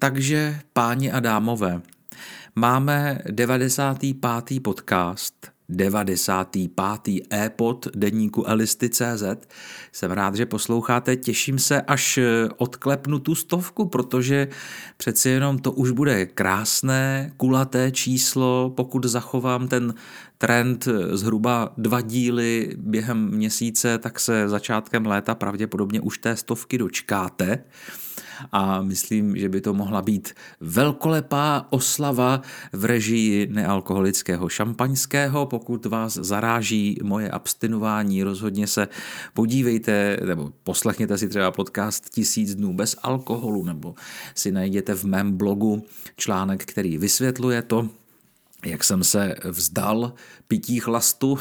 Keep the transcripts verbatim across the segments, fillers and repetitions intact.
Takže, páni a dámové, máme devadesátý pátý podcast, devadesátý pátý e-pod deníku elisty tečka cé zet. Jsem rád, že posloucháte, těším se, až odklepnu tu stovku, protože přeci jenom to už bude krásné, kulaté číslo, pokud zachovám ten trend zhruba dva díly během měsíce, tak se začátkem léta pravděpodobně už té stovky dočkáte. A myslím, že by to mohla být velkolepá oslava v režii nealkoholického šampaňského. Pokud vás zaráží moje abstinování, rozhodně se podívejte nebo poslechněte si třeba podcast Tisíc dnů bez alkoholu nebo si najděte v mém blogu článek, který vysvětluje to, jak jsem se vzdal pití chlastu.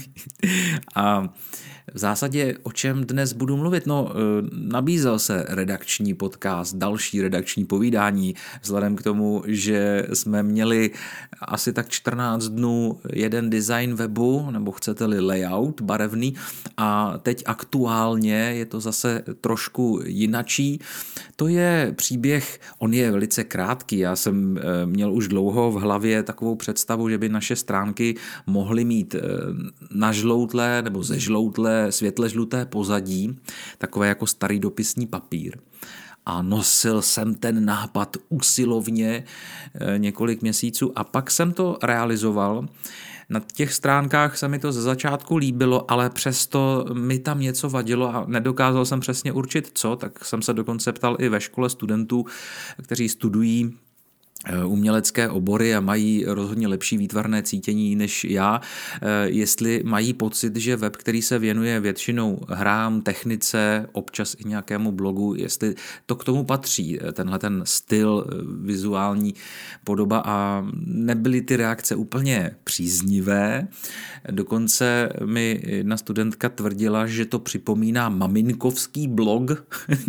A v zásadě o čem dnes budu mluvit? No, nabízel se redakční podcast, další redakční povídání, vzhledem k tomu, že jsme měli asi tak čtrnáct dnů jeden design webu, nebo chcete-li layout barevný, a teď aktuálně je to zase trošku jinačí. To je příběh, on je velice krátký, já jsem měl už dlouho v hlavě takovou představu, že by naše stránky mohly mít nažloutlé nebo zežloutlé světle žluté pozadí, takové jako starý dopisní papír. A nosil jsem ten nápad usilovně několik měsíců a pak jsem to realizoval. Na těch stránkách se mi to ze začátku líbilo, ale přesto mi tam něco vadilo a nedokázal jsem přesně určit co, tak jsem se dokonce ptal i ve škole studentů, kteří studují umělecké obory a mají rozhodně lepší výtvarné cítění než já, jestli mají pocit, že web, který se věnuje většinou hrám, technice, občas i nějakému blogu, jestli to k tomu patří, tenhle ten styl, vizuální podoba, a nebyly ty reakce úplně příznivé. Dokonce mi jedna studentka tvrdila, že to připomíná maminkovský blog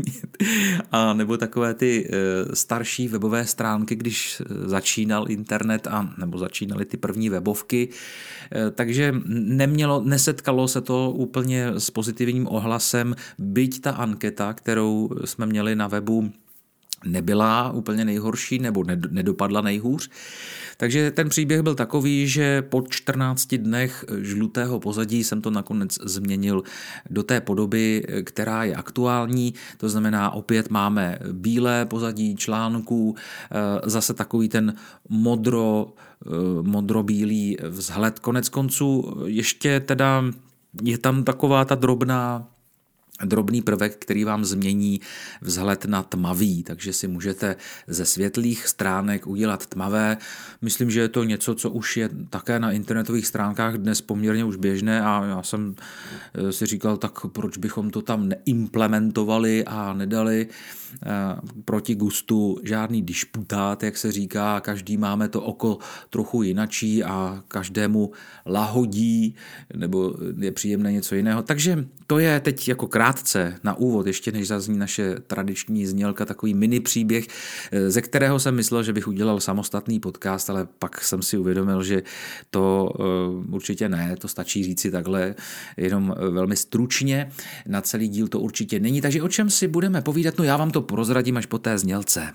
a nebo takové ty starší webové stránky, když začínal internet a nebo začínaly ty první webovky, takže nemělo, nesetkalo se to úplně s pozitivním ohlasem, byť ta anketa, kterou jsme měli na webu, nebyla úplně nejhorší nebo nedopadla nejhůř. Takže ten příběh byl takový, že po čtrnácti dnech žlutého pozadí jsem to nakonec změnil do té podoby, která je aktuální. To znamená, opět máme bílé pozadí článků, zase takový ten modro, modrobílý vzhled. Konec konců ještě teda je tam taková ta drobná drobný prvek, který vám změní vzhled na tmavý, takže si můžete ze světlých stránek udělat tmavé. Myslím, že je to něco, co už je také na internetových stránkách dnes poměrně už běžné a já jsem si říkal, tak proč bychom to tam neimplementovali a nedali proti gustu žádný disputát, jak se říká, každý máme to oko trochu jinačí a každému lahodí nebo je příjemné něco jiného. Takže to je teď jako krátce na úvod, ještě než zazní naše tradiční znělka, takový mini příběh, ze kterého jsem myslel, že bych udělal samostatný podcast, ale pak jsem si uvědomil, že to určitě ne, to stačí říci takhle, jenom velmi stručně, na celý díl to určitě není. Takže o čem si budeme povídat? No já vám to prozradím až po té znělce.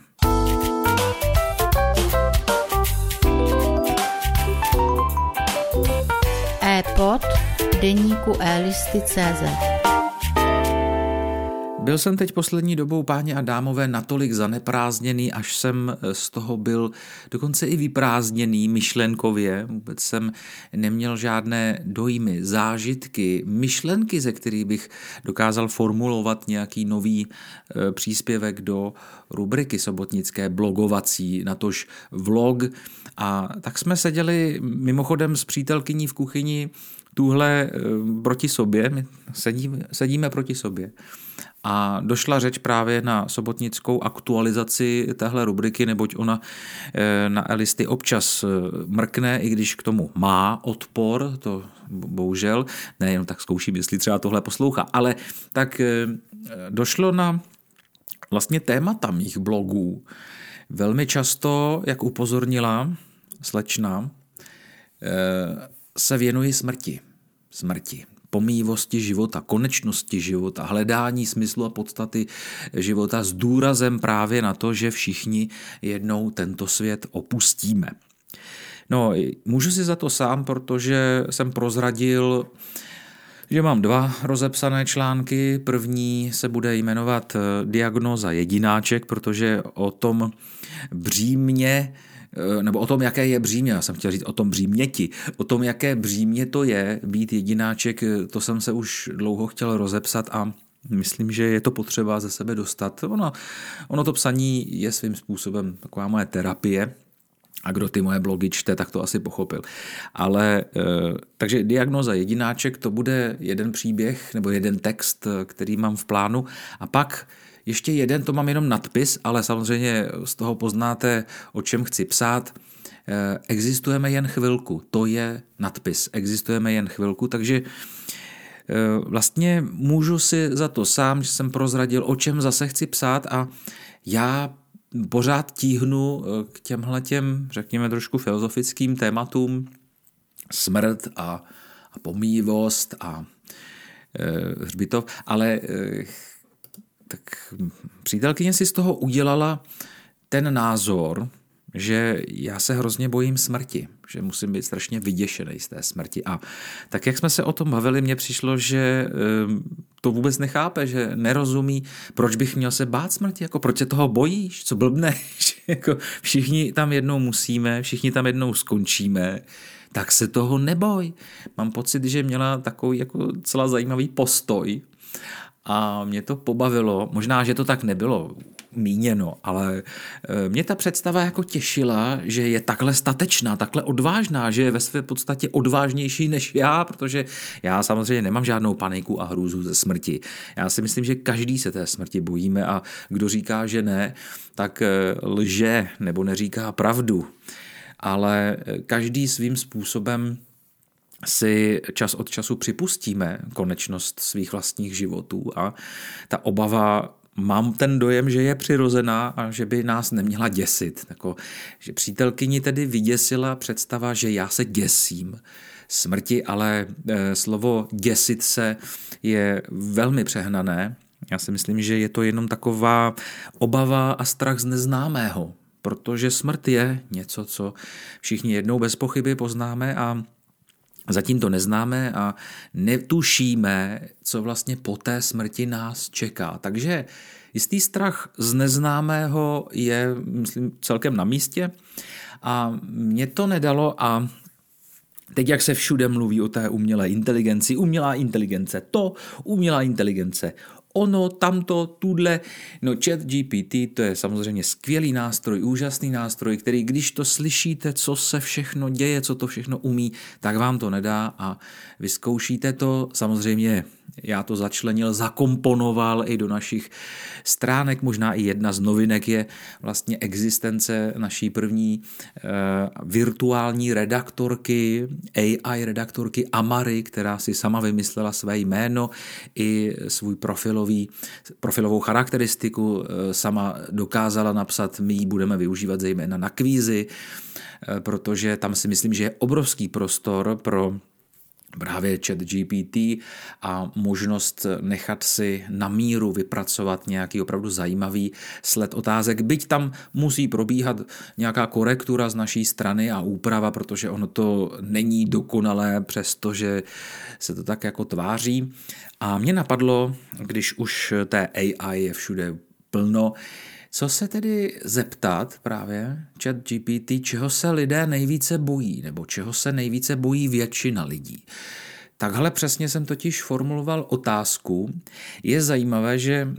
e-pod deníku elisty tečka cé zet. Byl jsem teď poslední dobou, páni a dámové, natolik zaneprázdněný, až jsem z toho byl dokonce i vyprázdněný myšlenkově. Vůbec jsem neměl žádné dojmy, zážitky, myšlenky, ze kterých bych dokázal formulovat nějaký nový e, příspěvek do rubriky sobotnické blogovací, natož vlog. A tak jsme seděli mimochodem s přítelkyní v kuchyni tuhle e, proti sobě, my sedíme, sedíme proti sobě. A došla řeč právě na sobotnickou aktualizaci téhle rubriky, neboť ona na elisty občas mrkne, i když k tomu má odpor, to bohužel, ne, jenom tak zkouším, jestli třeba tohle poslouchá, ale tak došlo na vlastně témata mých blogů. Velmi často, jak upozornila slečna, se věnuji smrti. Smrti. pomíjivosti života, konečnosti života, hledání smyslu a podstaty života s důrazem právě na to, že všichni jednou tento svět opustíme. No, můžu si za to sám, protože jsem prozradil, že mám dva rozepsané články. První se bude jmenovat Diagnóza jedináček, protože o tom břímě, nebo o tom, jaké je břímě, já jsem chtěl říct o tom bříměti, o tom, jaké břímě to je být jedináček, to jsem se už dlouho chtěl rozepsat a myslím, že je to potřeba ze sebe dostat. Ono, ono to psaní je svým způsobem taková moje terapie, a kdo ty moje blogy čte, tak to asi pochopil. Ale takže Diagnóza jedináček, to bude jeden příběh nebo jeden text, který mám v plánu. A pak ještě jeden, to mám jenom nadpis, ale samozřejmě z toho poznáte, o čem chci psát. Existujeme jen chvilku, to je nadpis. Existujeme jen chvilku, takže vlastně můžu si za to sám, že jsem prozradil, o čem zase chci psát a já pořád tíhnu k těmhletěm, řekněme, trošku filozofickým tématům smrt a, a pomíjivost a e, hřbitov, ale e, tak přítelkyně si z toho udělala ten názor, že já se hrozně bojím smrti, že musím být strašně vyděšený z té smrti. A tak, jak jsme se o tom bavili, mně přišlo, že to vůbec nechápe, že nerozumí, proč bych měl se bát smrti, jako proč se toho bojíš, co blbneš, jako všichni tam jednou musíme, všichni tam jednou skončíme, tak se toho neboj. Mám pocit, že měla takový jako celá zajímavý postoj a mě to pobavilo, možná, že to tak nebylo míněno, ale mě ta představa jako těšila, že je takhle statečná, takhle odvážná, že je ve své podstatě odvážnější než já, protože já samozřejmě nemám žádnou paniku a hrůzu ze smrti. Já si myslím, že každý se té smrti bojíme a kdo říká, že ne, tak lže nebo neříká pravdu. Ale každý svým způsobem si čas od času připustíme konečnost svých vlastních životů a ta obava, mám ten dojem, že je přirozená a že by nás neměla děsit. Tako, že přítelkyni tedy vyděsila představa, že já se děsím smrti, ale e, slovo děsit se je velmi přehnané. Já si myslím, že je to jenom taková obava a strach z neznámého, protože smrt je něco, co všichni jednou bez pochyby poznáme a zatím to neznáme a netušíme, co vlastně po té smrti nás čeká. Takže jistý strach z neznámého je, myslím, celkem na místě a mě to nedalo a teď, jak se všude mluví o té umělé inteligenci, umělá inteligence to, umělá inteligence ono, tamto, tudle, no ChatGPT, to je samozřejmě skvělý nástroj, úžasný nástroj, který když to slyšíte, co se všechno děje, co to všechno umí, tak vám to nedá a vyzkoušíte to, samozřejmě já to začlenil, zakomponoval i do našich stránek, možná i jedna z novinek je vlastně existence naší první eh, virtuální redaktorky, A I redaktorky Amary, která si sama vymyslela své jméno i svůj profilový, profilovou charakteristiku, eh, sama dokázala napsat, my ji budeme využívat zejména na kvízy, eh, protože tam si myslím, že je obrovský prostor pro právě ChatGPT a možnost nechat si na míru vypracovat nějaký opravdu zajímavý sled otázek, byť tam musí probíhat nějaká korektura z naší strany a úprava, protože ono to není dokonalé, přestože se to tak jako tváří. A mě napadlo, když už té A I je všude plno, co se tedy zeptat právě ChatGPT, čeho se lidé nejvíce bojí, nebo čeho se nejvíce bojí většina lidí. Takhle přesně jsem totiž formuloval otázku. Je zajímavé, že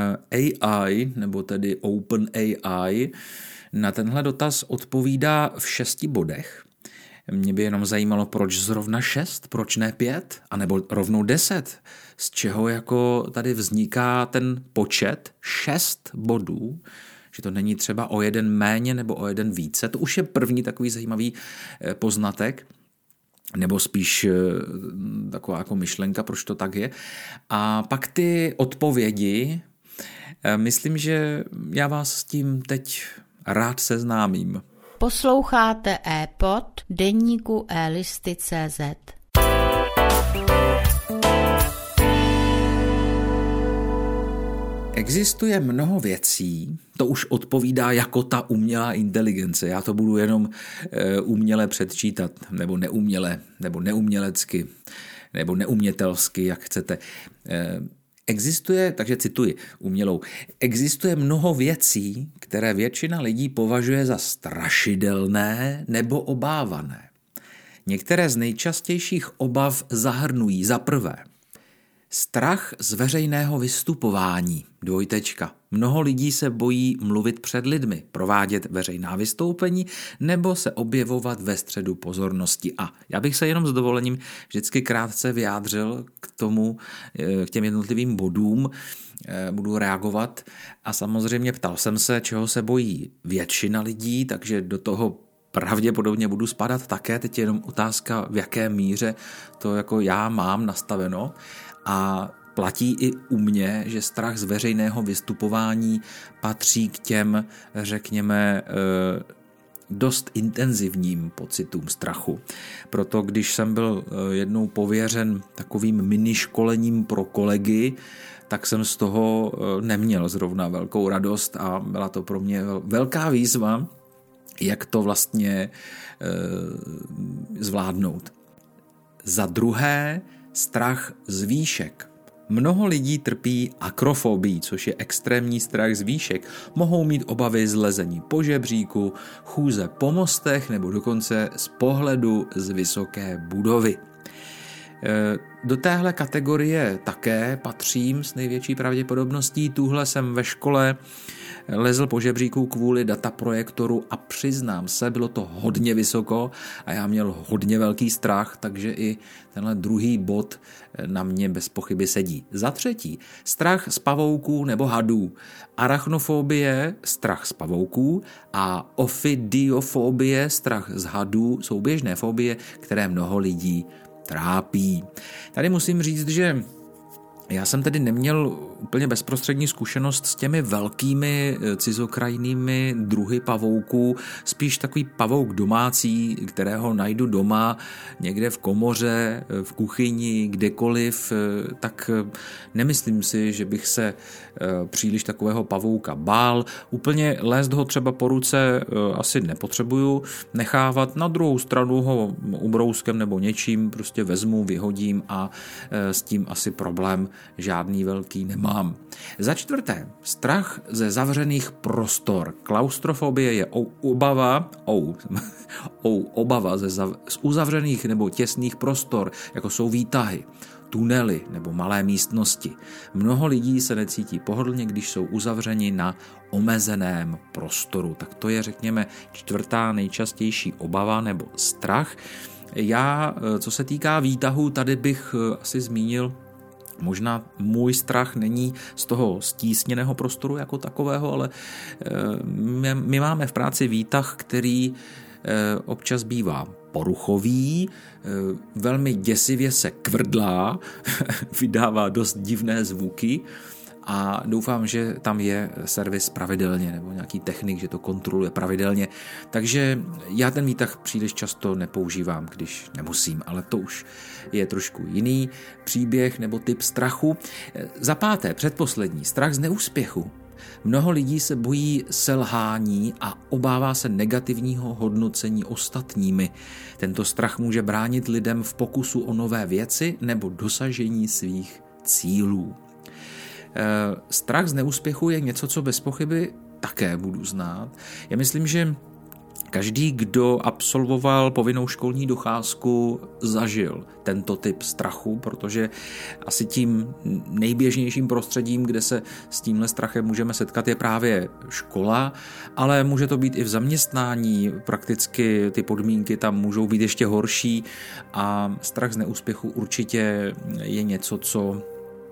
A I, nebo tedy OpenAI, na tenhle dotaz odpovídá v šesti bodech. Mě by jenom zajímalo, proč zrovna šest, proč ne pět, anebo rovnou deset. Z čeho jako tady vzniká ten počet šest bodů, že to není třeba o jeden méně nebo o jeden více. To už je první takový zajímavý poznatek, nebo spíš taková jako myšlenka, proč to tak je. A pak ty odpovědi, myslím, že já vás s tím teď rád seznámím. Posloucháte e-pod deníku elisty tečka cé zet. Existuje mnoho věcí, to už odpovídá jako ta umělá inteligence. Já to budu jenom e, uměle předčítat, nebo neuměle, nebo neumělecky, nebo neumětelsky, jak chcete. E, existuje, takže cituji umělou, existuje mnoho věcí, které většina lidí považuje za strašidelné nebo obávané. Některé z nejčastějších obav zahrnují za prvé strach z veřejného vystupování, dvojtečka. Mnoho lidí se bojí mluvit před lidmi, provádět veřejná vystoupení nebo se objevovat ve středu pozornosti. A já bych se jenom s dovolením vždycky krátce vyjádřil k tomu, k těm jednotlivým bodům, budu reagovat a samozřejmě ptal jsem se, čeho se bojí většina lidí, takže do toho pravděpodobně budu spadat také, teď je jenom otázka, v jaké míře to jako já mám nastaveno a platí i u mě, že strach z veřejného vystupování patří k těm, řekněme, dost intenzivním pocitům strachu. Proto když jsem byl jednou pověřen takovým miniškolením pro kolegy, tak jsem z toho neměl zrovna velkou radost a byla to pro mě velká výzva, jak to vlastně e, zvládnout. Za druhé, strach z výšek. Mnoho lidí trpí akrofobií, což je extrémní strach z výšek. Mohou mít obavy z lezení po žebříku, chůze po mostech nebo dokonce z pohledu z vysoké budovy. E, do téhle kategorie také patřím s největší pravděpodobností. Tuhle jsem ve škole lezl po žebříku kvůli dataprojektoru a přiznám se, bylo to hodně vysoko a já měl hodně velký strach, takže i tenhle druhý bod na mě bez pochyby sedí. Za třetí, strach z pavouků nebo hadů. Arachnofobie, strach z pavouků a ofidiofobie, strach z hadů, jsou běžné fobie, které mnoho lidí trápí. Tady musím říct, že já jsem tedy neměl úplně bezprostřední zkušenost s těmi velkými cizokrajnými druhy pavouků, spíš takový pavouk domácí, kterého najdu doma, někde v komoře, v kuchyni, kdekoliv, tak nemyslím si, že bych se příliš takového pavouka bál. Úplně lézt ho třeba po ruce asi nepotřebuju nechávat, na druhou stranu ho ubrouskem nebo něčím prostě vezmu, vyhodím a s tím asi problém žádný velký nemám. Za čtvrté, strach ze zavřených prostor. Klaustrofobie je obava, ou, ou, obava ze zav, z uzavřených nebo těsných prostor, jako jsou výtahy, tunely nebo malé místnosti. Mnoho lidí se necítí pohodlně, když jsou uzavřeni na omezeném prostoru. Tak to je, řekněme, čtvrtá nejčastější obava nebo strach. Já, co se týká výtahu, tady bych asi zmínil, možná můj strach není z toho stísněného prostoru jako takového, ale my, my máme v práci výtah, který občas bývá poruchový, velmi děsivě se kvrdlá, vydává dost divné zvuky a doufám, že tam je servis pravidelně nebo nějaký technik, že to kontroluje pravidelně. Takže já ten výtah příliš často nepoužívám, když nemusím, ale to už je trošku jiný příběh nebo typ strachu. Za páté, předposlední, strach z neúspěchu. Mnoho lidí se bojí selhání a obává se negativního hodnocení ostatními. Tento strach může bránit lidem v pokusu o nové věci nebo dosažení svých cílů. Strach z neúspěchu je něco, co bez pochyby také budu znát. Já myslím, že každý, kdo absolvoval povinnou školní docházku, zažil tento typ strachu, protože asi tím nejběžnějším prostředím, kde se s tímhle strachem můžeme setkat, je právě škola, ale může to být i v zaměstnání, prakticky ty podmínky tam můžou být ještě horší a strach z neúspěchu určitě je něco, co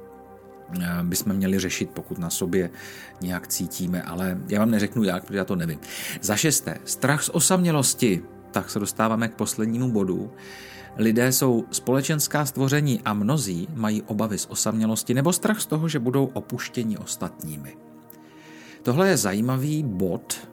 bychom měli řešit, pokud na sobě nějak cítíme, ale já vám neřeknu jak, protože já to nevím. Za šesté, strach z osamělosti. Tak se dostáváme k poslednímu bodu. Lidé jsou společenská stvoření a mnozí mají obavy z osamělosti nebo strach z toho, že budou opuštěni ostatními. Tohle je zajímavý bod,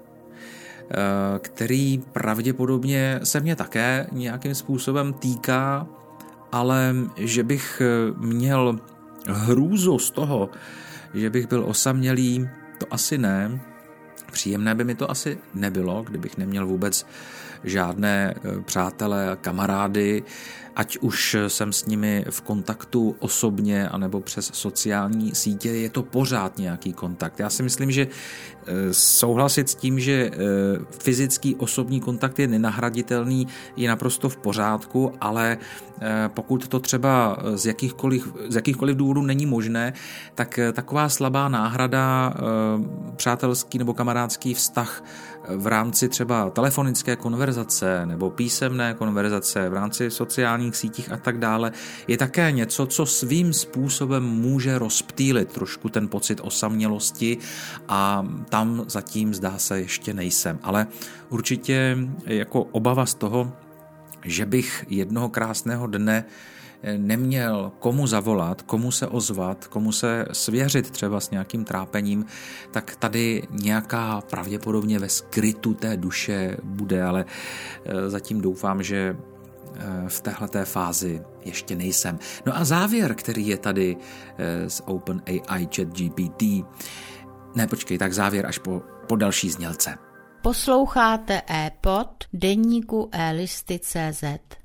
který pravděpodobně se mě také nějakým způsobem týká, ale že bych měl hrůzu z toho, že bych byl osamělý, to asi ne. Příjemné by mi to asi nebylo, kdybych neměl vůbec žádné přátelé, kamarády, ať už jsem s nimi v kontaktu osobně anebo přes sociální sítě, je to pořád nějaký kontakt. Já si myslím, že souhlasit s tím, že fyzický osobní kontakt je nenahraditelný, je naprosto v pořádku, ale pokud to třeba z jakýchkoliv, z jakýchkoliv důvodů není možné, tak taková slabá náhrada, přátelský nebo kamarádský vztah v rámci třeba telefonické konverzace nebo písemné konverzace, v rámci sociálních sítích a tak dále, je také něco, co svým způsobem může rozptýlit trošku ten pocit osamělosti a tam zatím zdá se ještě nejsem. Ale určitě jako obava z toho, že bych jednoho krásného dne neměl komu zavolat, komu se ozvat, komu se svěřit třeba s nějakým trápením, tak tady nějaká pravděpodobně ve skrytu té duše bude, ale zatím doufám, že v téhleté fázi ještě nejsem. No a závěr, který je tady z OpenAI ChatGPT, ne počkej, tak závěr až po, po další znělce. Posloucháte e-pod deníku elisty tečka cé zet.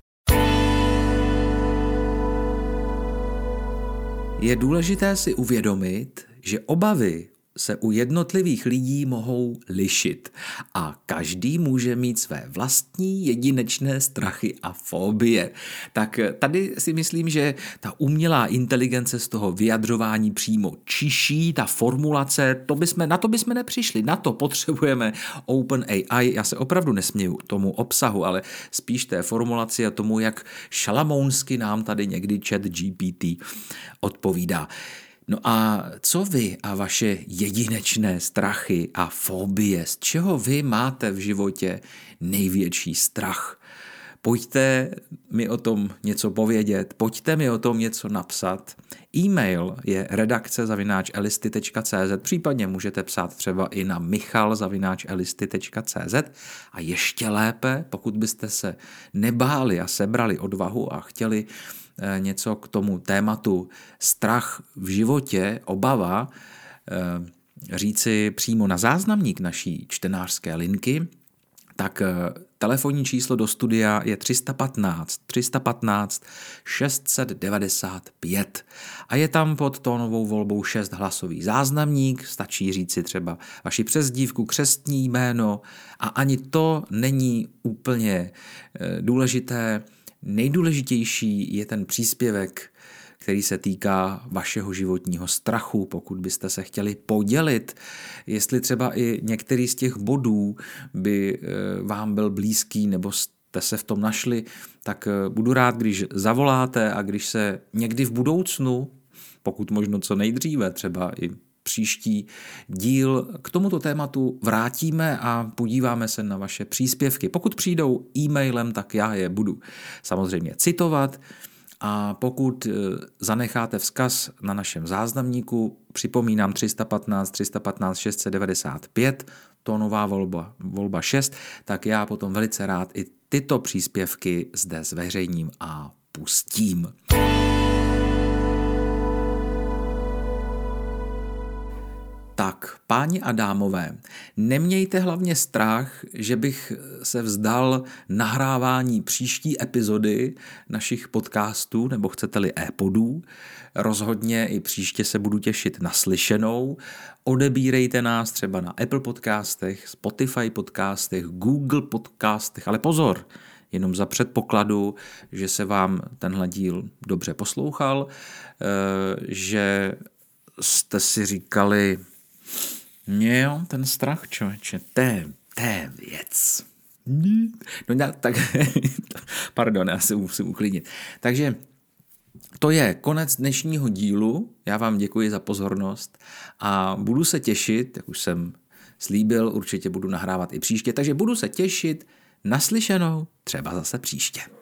Je důležité si uvědomit, že obavy se u jednotlivých lidí mohou lišit a každý může mít své vlastní jedinečné strachy a fobie. Tak tady si myslím, že ta umělá inteligence z toho vyjadřování přímo čiší, ta formulace, to bychom, na to bychom nepřišli, na to potřebujeme OpenAI. Já se opravdu nesměju tomu obsahu, ale spíš té formulaci a tomu, jak šalamounsky nám tady někdy ChatGPT odpovídá. No a co vy a vaše jedinečné strachy a fobie, z čeho vy máte v životě největší strach? Pojďte mi o tom něco povědět, pojďte mi o tom něco napsat. E-mail je redakce zavináč elisty tečka cé zet, případně můžete psát třeba i na michal zavináč elisty tečka cé zet a ještě lépe, pokud byste se nebáli a sebrali odvahu a chtěli něco k tomu tématu strach v životě, obava, říci přímo na záznamník naší čtenářské linky, tak telefonní číslo do studia je tři jedna pět, tři jedna pět, šest set devadesát pět a je tam pod tónovou volbou šest hlasový záznamník, stačí říci třeba vaši přezdívku, křestní jméno a ani to není úplně důležité. Nejdůležitější je ten příspěvek, který se týká vašeho životního strachu, pokud byste se chtěli podělit, jestli třeba i některý z těch bodů by vám byl blízký nebo jste se v tom našli, tak budu rád, když zavoláte a když se někdy v budoucnu, pokud možno co nejdříve, třeba i příští díl k tomuto tématu vrátíme a podíváme se na vaše příspěvky. Pokud přijdou e-mailem, tak já je budu samozřejmě citovat a pokud zanecháte vzkaz na našem záznamníku, připomínám tři jedna pět, tři jedna pět, šest set devadesát pět, tónová volba, volba šest, tak já potom velice rád i tyto příspěvky zde zveřejním a pustím. Tak, páni a dámové, nemějte hlavně strach, že bych se vzdal nahrávání příští epizody našich podcastů, nebo chcete-li e-podů. Rozhodně i příště se budu těšit na slyšenou. Odebírejte nás třeba na Apple podcastech, Spotify podcastech, Google podcastech, ale pozor, jenom za předpokladu, že se vám tenhle díl dobře poslouchal, že jste si říkali, jo, ten strach, člověče, to je věc. No tak, pardon, já se musím uklidnit. Takže to je konec dnešního dílu, já vám děkuji za pozornost a budu se těšit, jak už jsem slíbil, určitě budu nahrávat i příště, takže budu se těšit naslyšenou třeba zase příště.